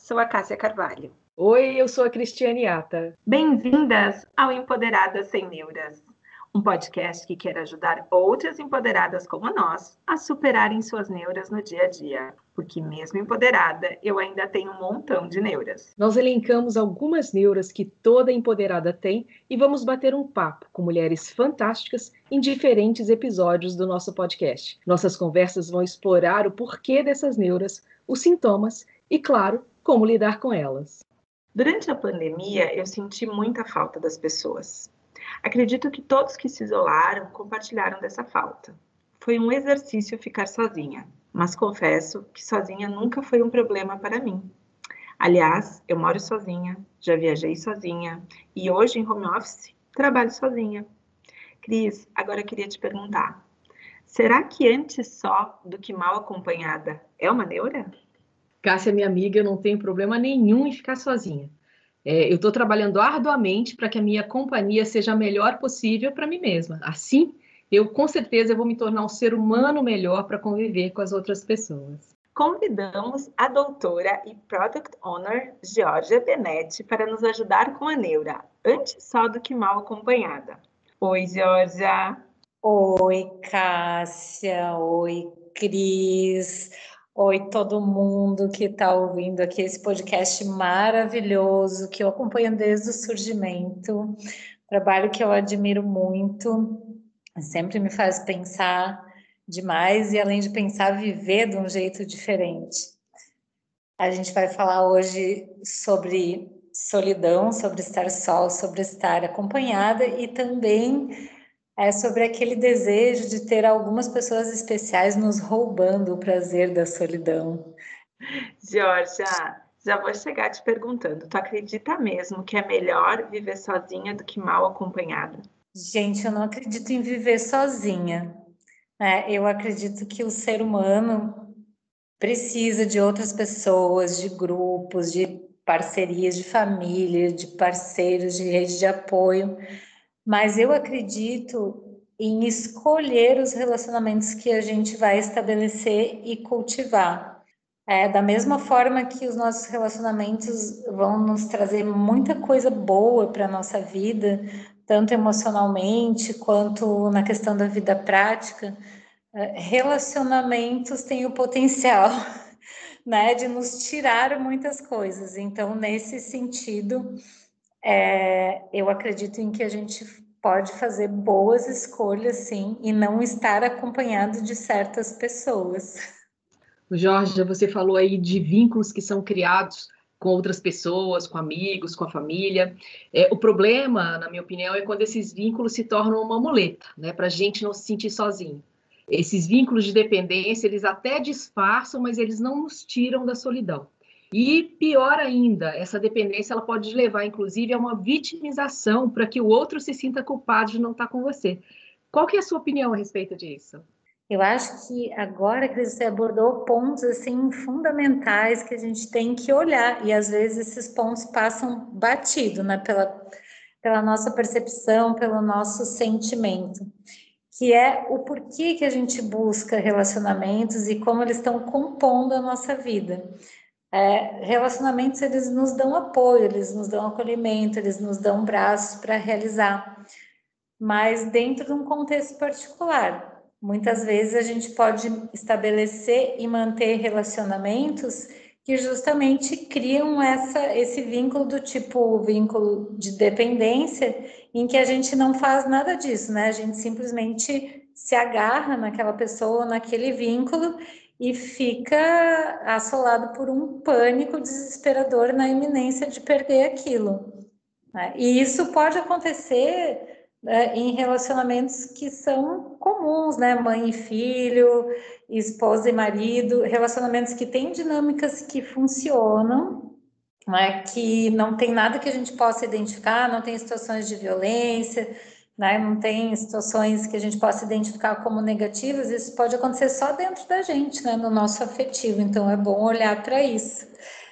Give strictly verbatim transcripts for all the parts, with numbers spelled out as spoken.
sou a Cássia Carvalho. Oi, eu sou a Cristiane Ata. Bem-vindas ao Empoderadas Sem Neuras, um podcast que quer ajudar outras empoderadas como nós a superarem suas neuras no dia a dia, porque mesmo empoderada, eu ainda tenho um montão de neuras. Nós elencamos algumas neuras que toda empoderada tem e vamos bater um papo com mulheres fantásticas em diferentes episódios do nosso podcast. Nossas conversas vão explorar o porquê dessas neuras, os sintomas e, claro, como lidar com elas. Durante a pandemia, eu senti muita falta das pessoas. Acredito que todos que se isolaram compartilharam dessa falta. Foi um exercício ficar sozinha, mas confesso que sozinha nunca foi um problema para mim. Aliás, eu moro sozinha, já viajei sozinha e hoje em home office trabalho sozinha. Cris, agora eu queria te perguntar, será que antes só do que mal acompanhada é uma neura? Cássia, minha amiga, eu não tenho problema nenhum em ficar sozinha. É, eu estou trabalhando arduamente para que a minha companhia seja a melhor possível para mim mesma. Assim, eu com certeza vou me tornar um ser humano melhor para conviver com as outras pessoas. Convidamos a doutora e Product Owner Georgia Benetti para nos ajudar com a neura, antes só do que mal acompanhada. Oi, Georgia! Oi, Cássia! Oi, Cris! Oi, todo mundo que está ouvindo aqui esse podcast maravilhoso que eu acompanho desde o surgimento. Trabalho que eu admiro muito, sempre me faz pensar demais e, além de pensar, viver de um jeito diferente. A gente vai falar hoje sobre solidão, sobre estar só, sobre estar acompanhada e também é sobre aquele desejo de ter algumas pessoas especiais nos roubando o prazer da solidão. Georgia, já vou chegar te perguntando, tu acredita mesmo que é melhor viver sozinha do que mal acompanhada? Gente, eu não acredito em viver sozinha. É, eu acredito que o ser humano precisa de outras pessoas, de grupos, de parcerias, de família, de parceiros, de rede de apoio. Mas eu acredito em escolher os relacionamentos que a gente vai estabelecer e cultivar. É, da mesma forma que os nossos relacionamentos vão nos trazer muita coisa boa para a nossa vida, tanto emocionalmente quanto na questão da vida prática, relacionamentos têm o potencial, né, de nos tirar muitas coisas. Então, nesse sentido, é, eu acredito em que a gente pode fazer boas escolhas, sim, e não estar acompanhado de certas pessoas. Jorge, você falou aí de vínculos que são criados com outras pessoas, com amigos, com a família. É, o problema, na minha opinião, é quando esses vínculos se tornam uma muleta, né, para a gente não se sentir sozinho. Esses vínculos de dependência, eles até disfarçam, mas eles não nos tiram da solidão. E pior ainda, essa dependência ela pode levar, inclusive, a uma vitimização para que o outro se sinta culpado de não estar com você. Qual que é a sua opinião a respeito disso? Eu acho que agora que você abordou pontos assim fundamentais que a gente tem que olhar, e às vezes esses pontos passam batido, né, pela, pela nossa percepção, pelo nosso sentimento, que é o porquê que a gente busca relacionamentos e como eles estão compondo a nossa vida. É, relacionamentos, eles nos dão apoio, eles nos dão acolhimento, eles nos dão braços para realizar, mas dentro de um contexto particular. Muitas vezes a gente pode estabelecer e manter relacionamentos que justamente criam essa, esse vínculo do tipo vínculo de dependência, em que a gente não faz nada disso, né? A gente simplesmente se agarra naquela pessoa, naquele vínculo e fica assolado por um pânico desesperador na iminência de perder aquilo, né? E isso pode acontecer né, em relacionamentos que são comuns, né? Mãe e filho, esposa e marido, relacionamentos que têm dinâmicas que funcionam, né? Que não tem nada que a gente possa identificar, não tem situações de violência, né? Não tem situações que a gente possa identificar como negativas. Isso pode acontecer só dentro da gente, né? No nosso afetivo. Então é bom olhar para isso.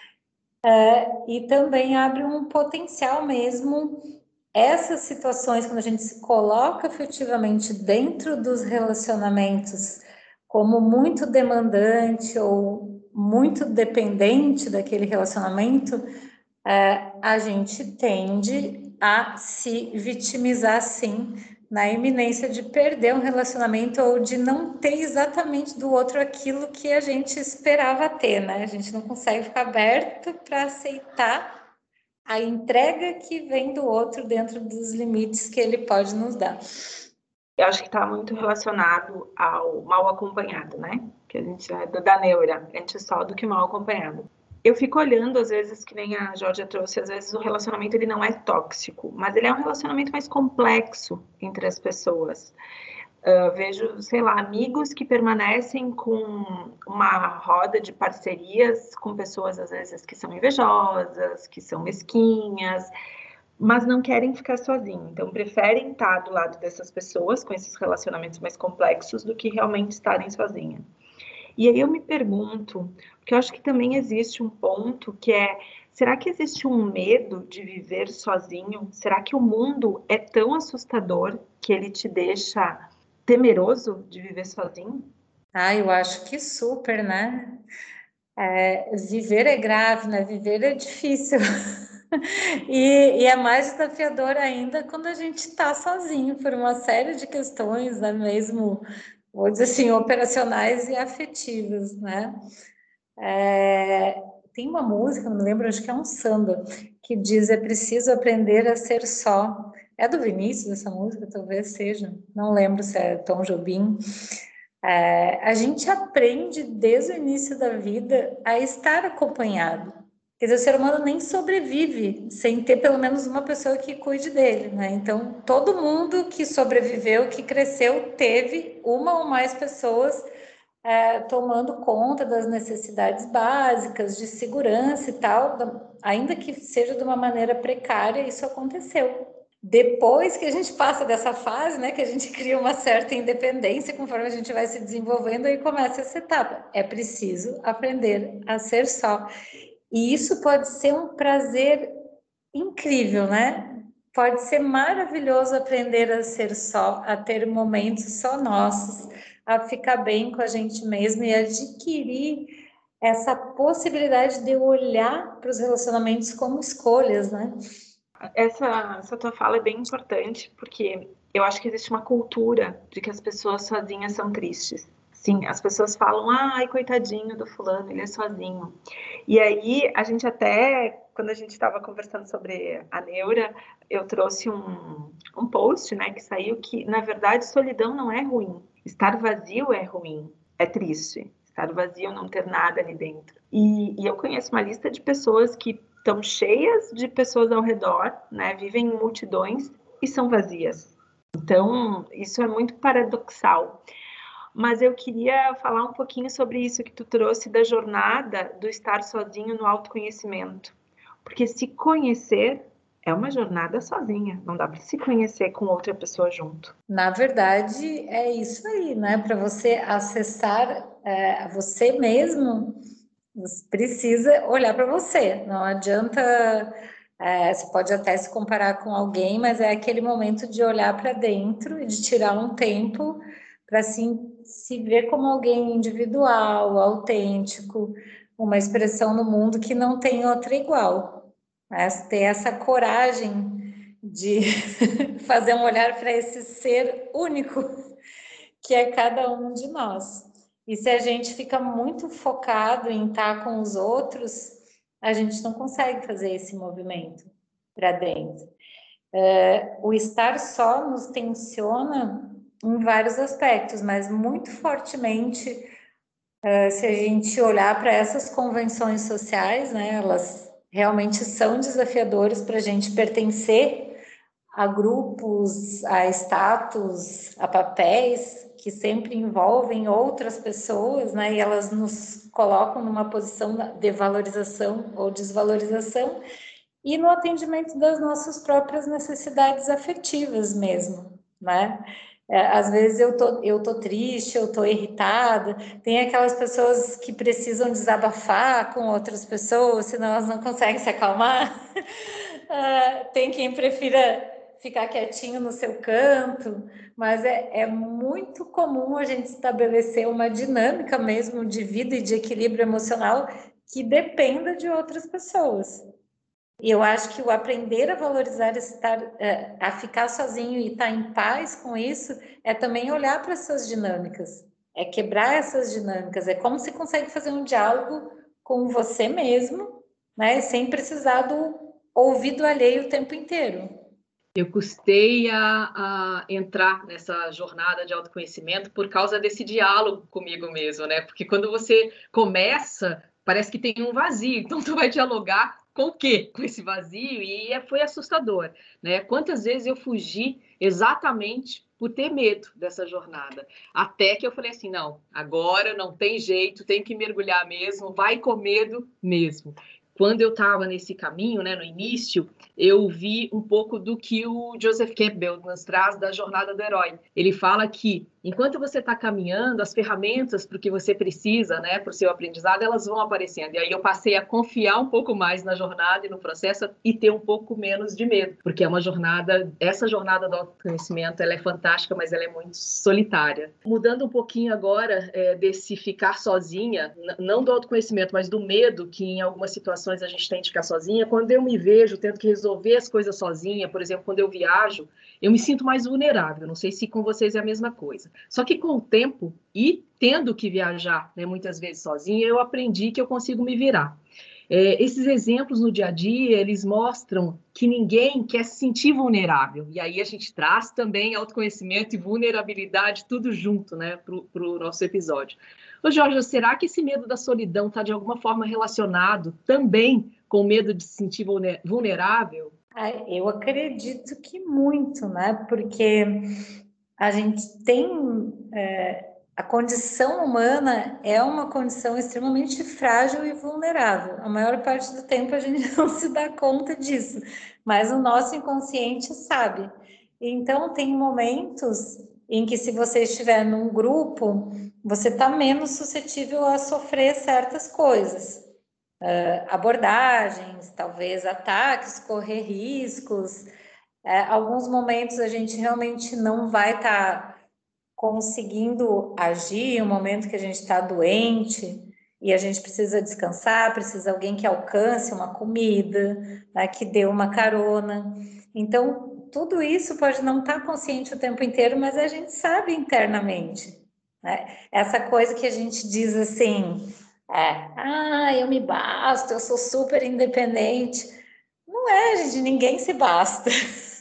É, e também abre um potencial mesmo. Essas situações, quando a gente se coloca efetivamente dentro dos relacionamentos como muito demandante ou muito dependente daquele relacionamento, é, a gente tende a se vitimizar, sim, na iminência de perder um relacionamento ou de não ter exatamente do outro aquilo que a gente esperava ter, né? A gente não consegue ficar aberto para aceitar a entrega que vem do outro dentro dos limites que ele pode nos dar. Eu acho que está muito relacionado ao mal acompanhado, né? Que a gente é da neura, antes só do que mal acompanhado. Eu fico olhando, às vezes, que nem a Georgia trouxe, às vezes o relacionamento ele não é tóxico, mas ele é um relacionamento mais complexo entre as pessoas. Uh, vejo, sei lá, amigos que permanecem com uma roda de parcerias com pessoas, às vezes, que são invejosas, que são mesquinhas, mas não querem ficar sozinhos. Então, preferem estar do lado dessas pessoas com esses relacionamentos mais complexos do que realmente estarem sozinhas. E aí eu me pergunto, porque eu acho que também existe um ponto que é, será que existe um medo de viver sozinho? Será que o mundo é tão assustador que ele te deixa temeroso de viver sozinho? Ah, eu acho que super, né? É, viver é grave, né? Viver é difícil. E, e é mais desafiador ainda quando a gente está sozinho por uma série de questões, né? Mesmo, vou dizer assim, operacionais e afetivas, né? É, tem uma música, não me lembro, acho que é um samba, que diz: é preciso aprender a ser só. É do Vinícius essa música, talvez seja, não lembro se é Tom Jobim. É, a gente aprende desde o início da vida a estar acompanhado. Quer dizer, o ser humano nem sobrevive sem ter pelo menos uma pessoa que cuide dele, né? Então, todo mundo que sobreviveu, que cresceu, teve uma ou mais pessoas é, tomando conta das necessidades básicas, de segurança e tal, ainda que seja de uma maneira precária, isso aconteceu. Depois que a gente passa dessa fase, né, que a gente cria uma certa independência conforme a gente vai se desenvolvendo, aí começa essa etapa. É preciso aprender a ser só. E isso pode ser um prazer incrível, né? Pode ser maravilhoso aprender a ser só, a ter momentos só nossos, a ficar bem com a gente mesmo e adquirir essa possibilidade de olhar para os relacionamentos como escolhas, né? Essa, essa tua fala é bem importante, porque eu acho que existe uma cultura de que as pessoas sozinhas são tristes. Sim, as pessoas falam, ai, coitadinho do fulano, ele é sozinho. E aí, a gente até, quando a gente estava conversando sobre a neura, eu trouxe um, um post, né, que saiu que, na verdade, solidão não é ruim. Estar vazio é ruim, é triste. Estar vazio, não ter nada ali dentro. E, e eu conheço uma lista de pessoas que estão cheias de pessoas ao redor, né, vivem em multidões e são vazias. Então, isso é muito paradoxal. Mas eu queria falar um pouquinho sobre isso que tu trouxe da jornada do estar sozinho no autoconhecimento. Porque se conhecer é uma jornada sozinha, não dá para se conhecer com outra pessoa junto. Na verdade, é isso aí, né? Para você acessar é, você mesmo, você precisa olhar para você. Não adianta, é, você pode até se comparar com alguém, mas é aquele momento de olhar para dentro e de tirar um tempo para assim, se ver como alguém individual, autêntico, uma expressão no mundo que não tem outra igual. Né? Ter essa coragem de fazer um olhar para esse ser único que é cada um de nós. E se a gente fica muito focado em estar com os outros, a gente não consegue fazer esse movimento para dentro. É, o estar só nos tensiona em vários aspectos, mas muito fortemente, é, se a gente olhar para essas convenções sociais, né, elas realmente são desafiadoras para a gente pertencer a grupos, a status, a papéis que sempre envolvem outras pessoas, né? E elas nos colocam numa posição de valorização ou desvalorização e no atendimento das nossas próprias necessidades afetivas mesmo, né? É, às vezes eu tô, eu tô triste, eu tô irritada, tem aquelas pessoas que precisam desabafar com outras pessoas, senão elas não conseguem se acalmar. Uh, tem quem prefira ficar quietinho no seu canto, mas é, é muito comum a gente estabelecer uma dinâmica mesmo de vida e de equilíbrio emocional que dependa de outras pessoas. E eu acho que o aprender a valorizar estar, a ficar sozinho e estar em paz com isso é também olhar para essas dinâmicas, é quebrar essas dinâmicas, é como se consegue fazer um diálogo com você mesmo, né, sem precisar do ouvido alheio o tempo inteiro. Eu custei a, a entrar nessa jornada de autoconhecimento por causa desse diálogo comigo mesmo, né? Porque quando você começa, parece que tem um vazio, então tu vai dialogar com o quê? Com esse vazio, e foi assustador, né? Quantas vezes eu fugi exatamente por ter medo dessa jornada, até que eu falei assim, não, agora não tem jeito, tem que mergulhar mesmo, vai com medo mesmo. Quando eu estava nesse caminho, né, no início, eu vi um pouco do que o Joseph Campbell nos traz da jornada do herói. Ele fala que, enquanto você está caminhando, as ferramentas para o que você precisa, né, para o seu aprendizado, elas vão aparecendo. E aí eu passei a confiar um pouco mais na jornada e no processo e ter um pouco menos de medo, porque é uma jornada, essa jornada do autoconhecimento, ela é fantástica, mas ela é muito solitária. Mudando um pouquinho agora é, desse ficar sozinha, não do autoconhecimento, mas do medo que em algumas situações a gente tem de ficar sozinha, quando eu me vejo tendo que resolver as coisas sozinha, por exemplo, quando eu viajo, eu me sinto mais vulnerável. Não sei se com vocês é a mesma coisa. Só que com o tempo e tendo que viajar, né, muitas vezes sozinha, eu aprendi que eu consigo me virar. É, esses exemplos no dia a dia, eles mostram que ninguém quer se sentir vulnerável. E aí a gente traz também autoconhecimento e vulnerabilidade, tudo junto, né, para o nosso episódio. Ô, Jorge, será que esse medo da solidão está de alguma forma relacionado também com o medo de se sentir vulnerável? Eu acredito que muito, né? Porque a gente tem... É, a condição humana é uma condição extremamente frágil e vulnerável. A maior parte do tempo a gente não se dá conta disso, mas o nosso inconsciente sabe. Então, tem momentos em que, se você estiver num grupo, você está menos suscetível a sofrer certas coisas. Uh, abordagens, talvez ataques, correr riscos. É, alguns momentos a gente realmente não vai estar tá conseguindo agir, um momento que a gente está doente e a gente precisa descansar, precisa de alguém que alcance uma comida, né, que dê uma carona. Então, tudo isso pode não estar tá consciente o tempo inteiro, mas a gente sabe internamente, né? Essa coisa que a gente diz assim... É, ah, eu me basto, eu sou super independente. Não é, gente, ninguém se basta.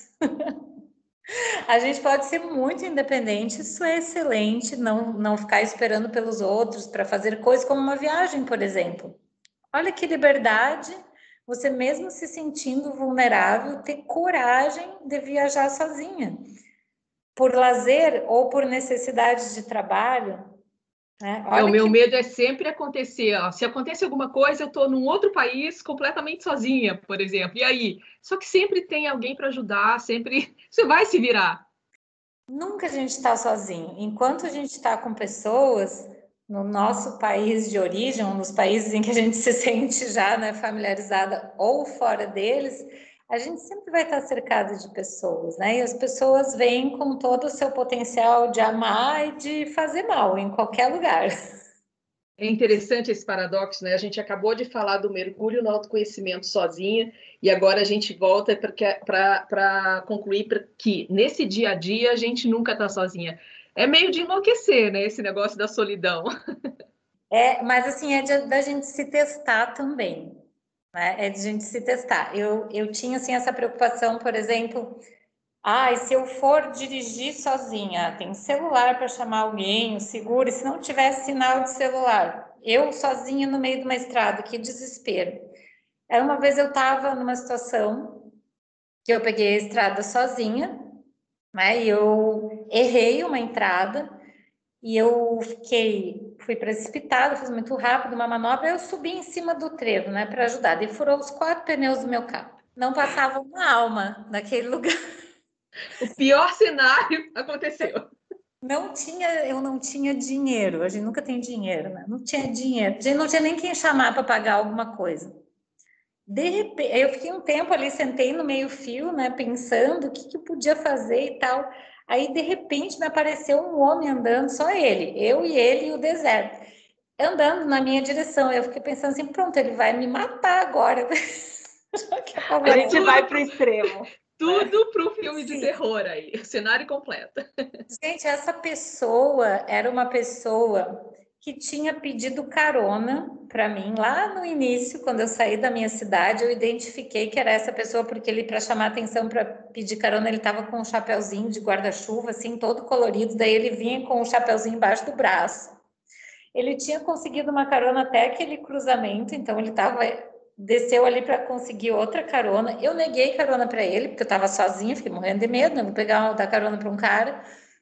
A gente pode ser muito independente, isso é excelente, não, não ficar esperando pelos outros para fazer coisas como uma viagem, por exemplo. Olha que liberdade, você mesmo se sentindo vulnerável, ter coragem de viajar sozinha. Por lazer ou por necessidade de trabalho. É, é, o meu que... medo é sempre acontecer. Ó, se acontece alguma coisa, eu estou num outro país completamente sozinha, por exemplo. E aí? Só que sempre tem alguém para ajudar, sempre você vai se virar. Nunca a gente está sozinho. Enquanto a gente está com pessoas no nosso país de origem, ou nos países em que a gente se sente já, né, familiarizada ou fora deles, a gente sempre vai estar cercado de pessoas, né? E as pessoas vêm com todo o seu potencial de amar e de fazer mal em qualquer lugar. É interessante esse paradoxo, né? A gente acabou de falar do mergulho no autoconhecimento sozinha e agora a gente volta para concluir que nesse dia a dia a gente nunca está sozinha. É meio de enlouquecer, né? Esse negócio da solidão. É, mas assim, é de, da gente se testar também. Né? É de gente se testar. Eu, eu tinha assim, essa preocupação, por exemplo, ah, e se eu for dirigir sozinha, tem celular para chamar alguém, o seguro, e se não tiver sinal de celular, eu sozinha no meio de uma estrada, que desespero. Aí uma vez eu estava numa situação que eu peguei a estrada sozinha, né? E eu errei uma entrada e eu fiquei, fui precipitada, fiz muito rápido uma manobra, eu subi em cima do trevo, né, para ajudar. E furou os quatro pneus do meu carro. Não passava uma alma naquele lugar. O pior cenário aconteceu. Não tinha, eu não tinha dinheiro, a gente nunca tem dinheiro, né? Não tinha dinheiro, a gente não tinha nem quem chamar para pagar alguma coisa. De repente, eu fiquei um tempo ali, sentei no meio-fio, né, pensando o que, que eu podia fazer e tal. Aí, de repente, me apareceu um homem andando, só ele, eu e ele e o deserto, andando na minha direção. Eu fiquei pensando assim, pronto, ele vai me matar agora. A gente vai para o extremo. Tudo para o filme de Sim. terror aí, o cenário completo. Gente, essa pessoa era uma pessoa que tinha pedido carona para mim lá no início, quando eu saí da minha cidade, eu identifiquei que era essa pessoa, porque ele, para chamar atenção para pedir carona, ele estava com um chapeuzinho de guarda-chuva, assim, todo colorido, daí ele vinha com o chapeuzinho embaixo do braço. Ele tinha conseguido uma carona até aquele cruzamento, então ele tava, desceu ali para conseguir outra carona. Eu neguei carona para ele, porque eu estava sozinha, fiquei morrendo de medo, não vou pegar, dar carona para um cara.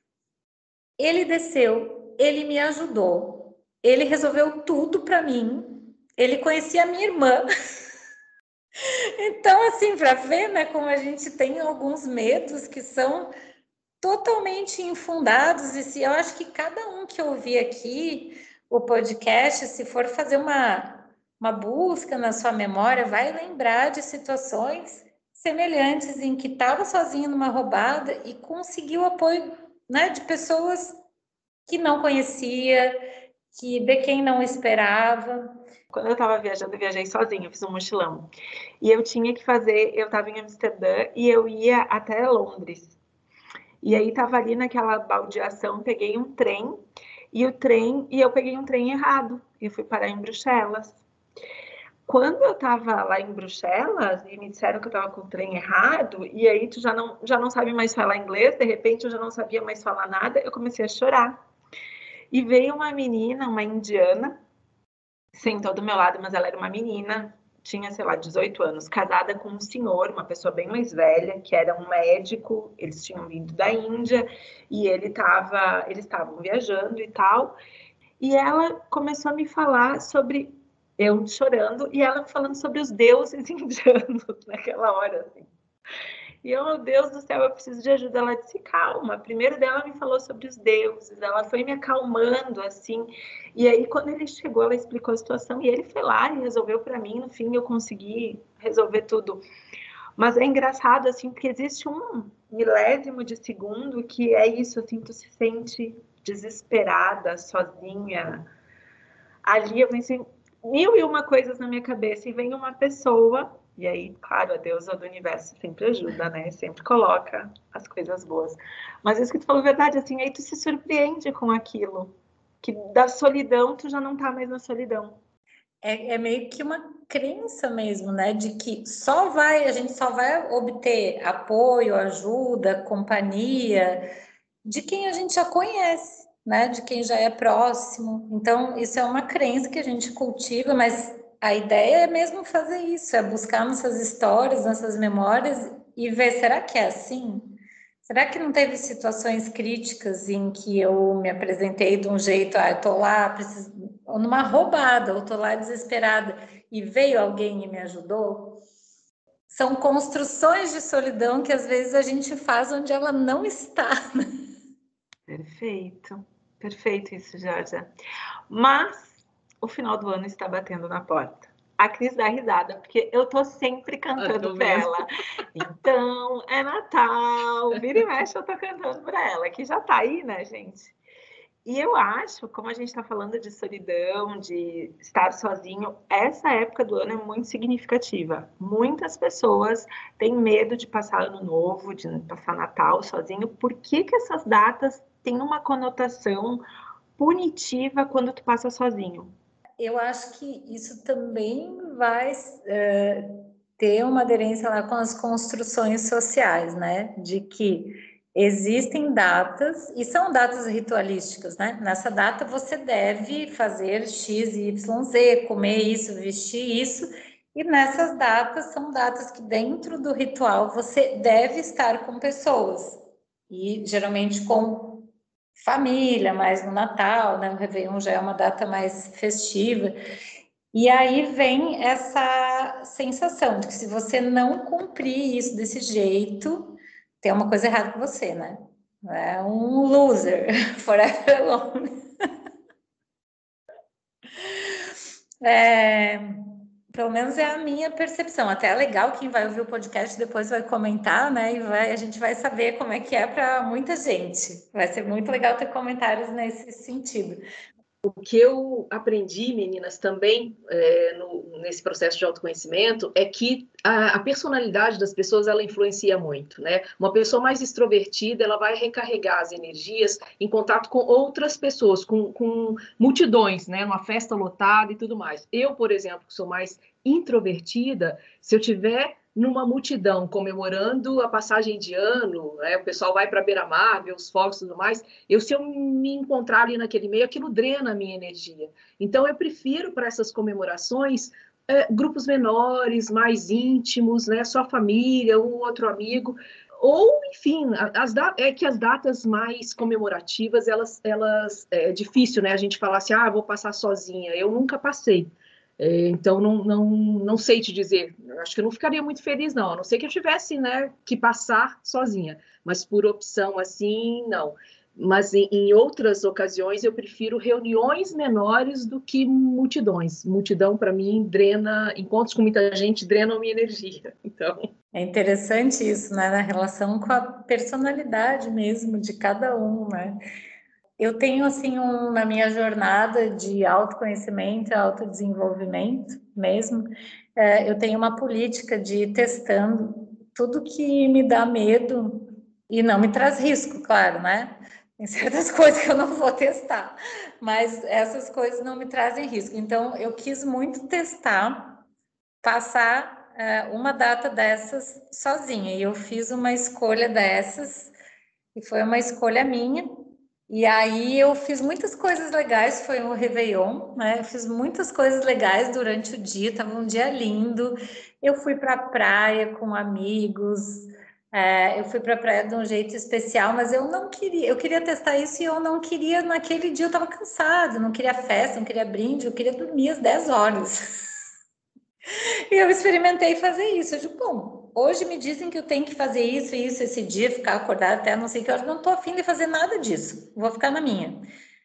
Ele desceu, ele me ajudou, ele resolveu tudo para mim, ele conhecia a minha irmã. Então, assim, para ver, né, como a gente tem alguns medos que são totalmente infundados, e se eu acho que cada um que ouvir aqui o podcast, se for fazer uma, uma busca na sua memória, vai lembrar de situações semelhantes em que estava sozinho numa roubada e conseguiu apoio, né, de pessoas que não conhecia, que de quem não esperava. Quando eu estava viajando, eu viajei sozinha, eu fiz um mochilão. E eu tinha que fazer, eu estava em Amsterdã e eu ia até Londres. E aí estava ali naquela baldeação, peguei um trem, e o trem, e eu peguei um trem errado, e fui parar em Bruxelas. Quando eu estava lá em Bruxelas, e me disseram que eu estava com o trem errado, e aí tu já não, já não sabe mais falar inglês, de repente eu já não sabia mais falar nada, eu comecei a chorar. E veio uma menina, uma indiana, sentou do meu lado, mas ela era uma menina, tinha, sei lá, dezoito anos, casada com um senhor, uma pessoa bem mais velha, que era um médico, eles tinham vindo da Índia, e ele tava, eles estavam viajando e tal, e ela começou a me falar sobre, eu chorando, e ela falando sobre os deuses indianos naquela hora, assim. E eu, meu Deus do céu, eu preciso de ajuda. Ela disse, calma. Primeiro dela me falou sobre os deuses, ela foi me acalmando, assim. E aí, quando ele chegou, ela explicou a situação e ele foi lá e resolveu para mim. No fim, eu consegui resolver tudo. Mas é engraçado, assim, porque existe um milésimo de segundo que é isso, assim, tu se sente desesperada, sozinha. Ali eu pensei mil e uma coisas na minha cabeça e vem uma pessoa. E aí, claro, a deusa do universo sempre ajuda, né? Sempre coloca as coisas boas. Mas isso que tu falou é verdade, assim, aí tu se surpreende com aquilo. Que da solidão, tu já não tá mais na solidão. É, é meio que uma crença mesmo, né? De que só vai, a gente só vai obter apoio, ajuda, companhia de quem a gente já conhece, né? De quem já é próximo. Então, isso é uma crença que a gente cultiva, mas a ideia é mesmo fazer isso, é buscar nossas histórias, nossas memórias e ver, será que é assim? Será que não teve situações críticas em que eu me apresentei de um jeito, ah, eu tô lá, preciso, ou numa roubada, ou tô lá desesperada, e veio alguém e me ajudou? São construções de solidão que às vezes a gente faz onde ela não está. Perfeito, perfeito isso, Georgia. Mas o final do ano está batendo na porta. A Cris dá risada, porque eu tô sempre cantando ah, pra ela. Então, é Natal, vira e mexe, eu tô cantando pra ela, que já tá aí, né, gente? E eu acho, como a gente tá falando de solidão, de estar sozinho, essa época do ano é muito significativa. Muitas pessoas têm medo de passar ano novo, de passar Natal sozinho. Por que que essas datas têm uma conotação punitiva quando tu passa sozinho? Eu acho que isso também vai é, ter uma aderência lá com as construções sociais, né? De que existem datas, e são datas ritualísticas, né? Nessa data você deve fazer X, Y, Z, comer isso, vestir isso, e nessas datas são datas que dentro do ritual você deve estar com pessoas, e geralmente com família, mais no Natal, né? O Réveillon já é uma data mais festiva. E aí vem essa sensação de que se você não cumprir isso desse jeito, tem uma coisa errada com você, né? É um loser, forever alone. É, Pelo menos é a minha percepção. Até é legal quem vai ouvir o podcast depois vai comentar, né? E vai, a gente vai saber como é que é para muita gente. Vai ser muito legal ter comentários nesse sentido. O que eu aprendi, meninas, também é, no, nesse processo de autoconhecimento é que a, a personalidade das pessoas, ela influencia muito, né? Uma pessoa mais extrovertida, ela vai recarregar as energias em contato com outras pessoas, com, com multidões, né? Numa festa lotada e tudo mais. Eu, por exemplo, que sou mais introvertida, se eu tiver numa multidão comemorando a passagem de ano, né? O pessoal vai para a beira-mar, ver os fogos e tudo mais, eu, se eu me encontrar ali naquele meio, aquilo drena a minha energia. Então, eu prefiro para essas comemorações é, grupos menores, mais íntimos, né? Só família, um outro amigo, ou, enfim, as é que as datas mais comemorativas, elas, elas é difícil, né? A gente falar assim, ah, vou passar sozinha. Eu nunca passei. Então, não, não, não sei te dizer. Eu acho que eu não ficaria muito feliz, não. A não ser que eu tivesse, né, que passar sozinha. Mas por opção, assim, não. Mas em, em outras ocasiões, eu prefiro reuniões menores do que multidões. Multidão, para mim, drena... Encontros com muita gente drenam a minha energia. Então... É interessante isso, né? Na relação com a personalidade mesmo de cada um, né? Eu tenho, assim, um, na minha jornada de autoconhecimento, autodesenvolvimento mesmo, é, eu tenho uma política de ir testando tudo que me dá medo e não me traz risco, claro, né? Tem certas coisas que eu não vou testar, mas essas coisas não me trazem risco. Então, eu quis muito testar, passar é, uma data dessas sozinha, e eu fiz uma escolha dessas, e foi uma escolha minha. E aí eu fiz muitas coisas legais, foi um Réveillon, né? Eu fiz muitas coisas legais durante o dia, estava um dia lindo. Eu fui para a praia com amigos, é, eu fui para a praia de um jeito especial, mas eu não queria, eu queria testar isso e eu não queria, naquele dia eu estava cansada, não queria festa, não queria brinde, eu queria dormir às dez horas. E eu experimentei fazer isso. Eu digo, bom, hoje me dizem que eu tenho que fazer isso e isso esse dia, ficar acordada até não sei que hora. Não estou afim de fazer nada disso. Vou ficar na minha.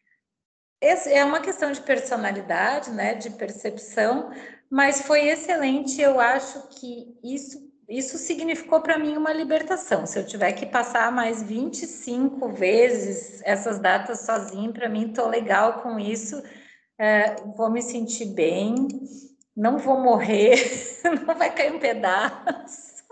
Esse é uma questão de personalidade, né, de percepção, mas foi excelente. Eu acho que isso, isso significou para mim uma libertação. Se eu tiver que passar mais vinte e cinco vezes essas datas sozinha, para mim, estou legal com isso. É, vou me sentir bem. Não vou morrer, não vai cair um pedaço.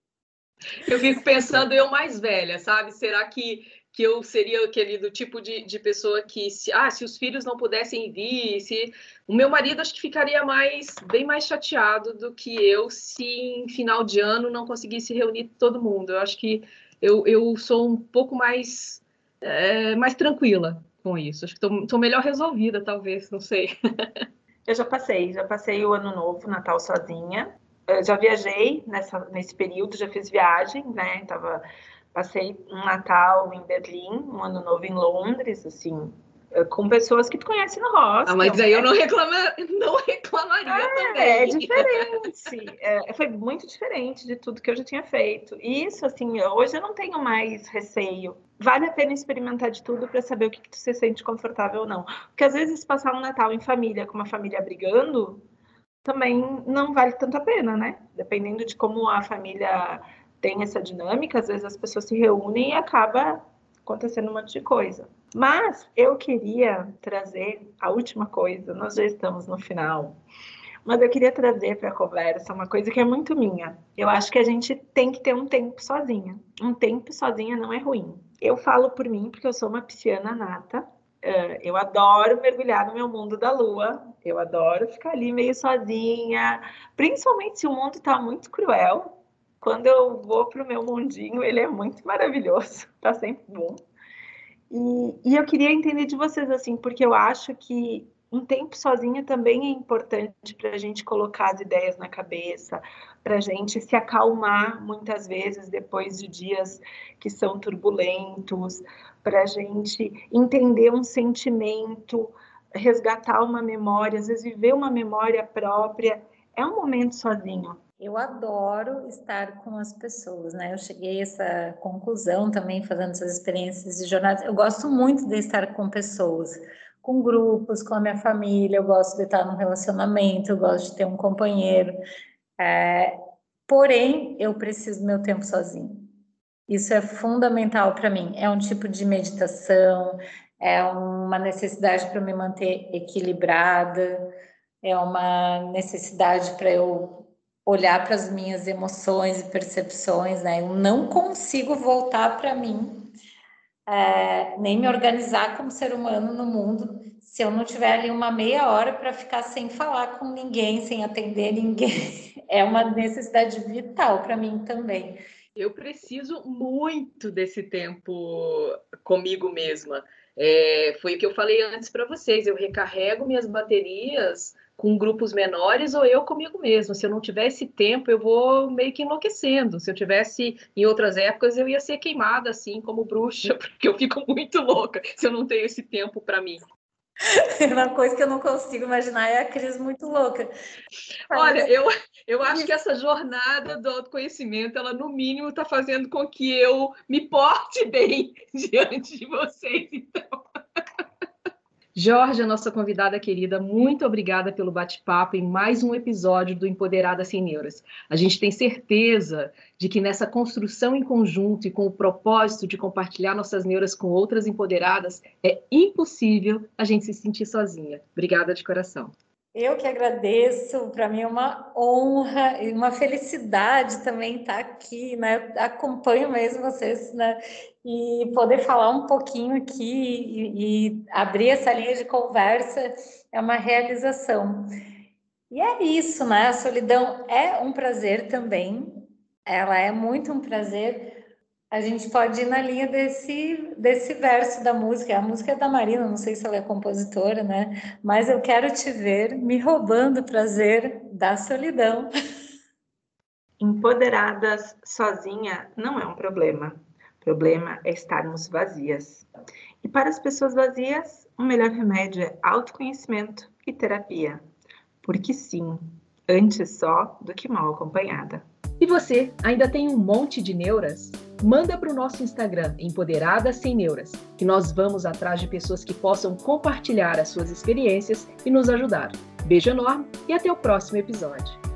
Eu fico pensando, eu mais velha, sabe? Será que, que eu seria aquele do tipo de, de pessoa que, se, ah, se os filhos não pudessem vir, se... O meu marido acho que ficaria mais, bem mais chateado do que eu se em final de ano não conseguisse reunir todo mundo. Eu acho que eu, eu sou um pouco mais, é, mais tranquila com isso. Acho que estou melhor resolvida, talvez, não sei. Eu já passei, já passei o ano novo, Natal sozinha. Eu já viajei nessa, nesse período, já fiz viagem, né? Tava, passei um Natal em Berlim, um ano novo em Londres, assim, com pessoas que tu conhece no hostel. Ah, mas aí eu não, reclama, não reclamaria ah, também. É diferente, é, foi muito diferente de tudo que eu já tinha feito. E isso, assim, hoje eu não tenho mais receio. Vale a pena experimentar de tudo para saber o que, que tu se sente confortável ou não. Porque às vezes passar um Natal em família, com uma família brigando, também não vale tanto a pena, né? Dependendo de como a família tem essa dinâmica, às vezes as pessoas se reúnem e acaba acontecendo um monte de coisa. Mas eu queria trazer a última coisa, nós já estamos no final, mas eu queria trazer para a conversa uma coisa que é muito minha. Eu acho que a gente tem que ter um tempo sozinha. Um tempo sozinha não é ruim. Eu falo por mim, porque eu sou uma pisciana nata. Eu adoro mergulhar no meu mundo da lua. Eu adoro ficar ali meio sozinha. Principalmente se o mundo está muito cruel. Quando eu vou para o meu mundinho, ele é muito maravilhoso. Tá sempre bom. E, e eu queria entender de vocês, assim, porque eu acho que um tempo sozinha também é importante para a gente colocar as ideias na cabeça, para a gente se acalmar muitas vezes depois de dias que são turbulentos, para a gente entender um sentimento, resgatar uma memória, às vezes viver uma memória própria. É um momento sozinho. Eu adoro estar com as pessoas, né? Eu cheguei a essa conclusão também, fazendo essas experiências de jornada. Eu gosto muito de estar com pessoas, com grupos, com a minha família, eu gosto de estar num relacionamento, eu gosto de ter um companheiro. É, porém, eu preciso do meu tempo sozinho. Isso é fundamental para mim. É um tipo de meditação, é uma necessidade para me manter equilibrada, é uma necessidade para eu olhar para as minhas emoções e percepções, né? Eu não consigo voltar para mim, é, nem me organizar como ser humano no mundo, se eu não tiver ali uma meia hora para ficar sem falar com ninguém, sem atender ninguém. É uma necessidade vital para mim também. Eu preciso muito desse tempo comigo mesma. É, foi o que eu falei antes para vocês. Eu recarrego minhas baterias com grupos menores ou eu comigo mesma. Se eu não tiver esse tempo, eu vou meio que enlouquecendo. Se eu tivesse em outras épocas, eu ia ser queimada assim como bruxa, porque eu fico muito louca se eu não tenho esse tempo para mim. Uma coisa que eu não consigo imaginar é a Cris muito louca. Olha, eu, eu acho que essa jornada do autoconhecimento, ela no mínimo está fazendo com que eu me porte bem diante de vocês, então. Jorge, a nossa convidada querida, muito obrigada pelo bate-papo em mais um episódio do Empoderada Sem Neuras. A gente tem certeza de que nessa construção em conjunto e com o propósito de compartilhar nossas neuras com outras empoderadas, é impossível a gente se sentir sozinha. Obrigada de coração. Eu que agradeço, para mim é uma honra e uma felicidade também estar aqui, né? Acompanho mesmo vocês, né? E poder falar um pouquinho aqui e, e abrir essa linha de conversa é uma realização. E é isso, né? A solidão é um prazer também, ela é muito um prazer. A gente pode ir na linha desse, desse verso da música. A música é da Marina, não sei se ela é compositora, né? Mas eu quero te ver me roubando o prazer da solidão. Empoderadas sozinha não é um problema. O problema é estarmos vazias. E para as pessoas vazias, o melhor remédio é autoconhecimento e terapia. Porque sim, antes só do que mal acompanhada. E você, ainda tem um monte de neuras? Manda para o nosso Instagram, Empoderadas Sem Neuras, que nós vamos atrás de pessoas que possam compartilhar as suas experiências e nos ajudar. Beijo enorme e até o próximo episódio.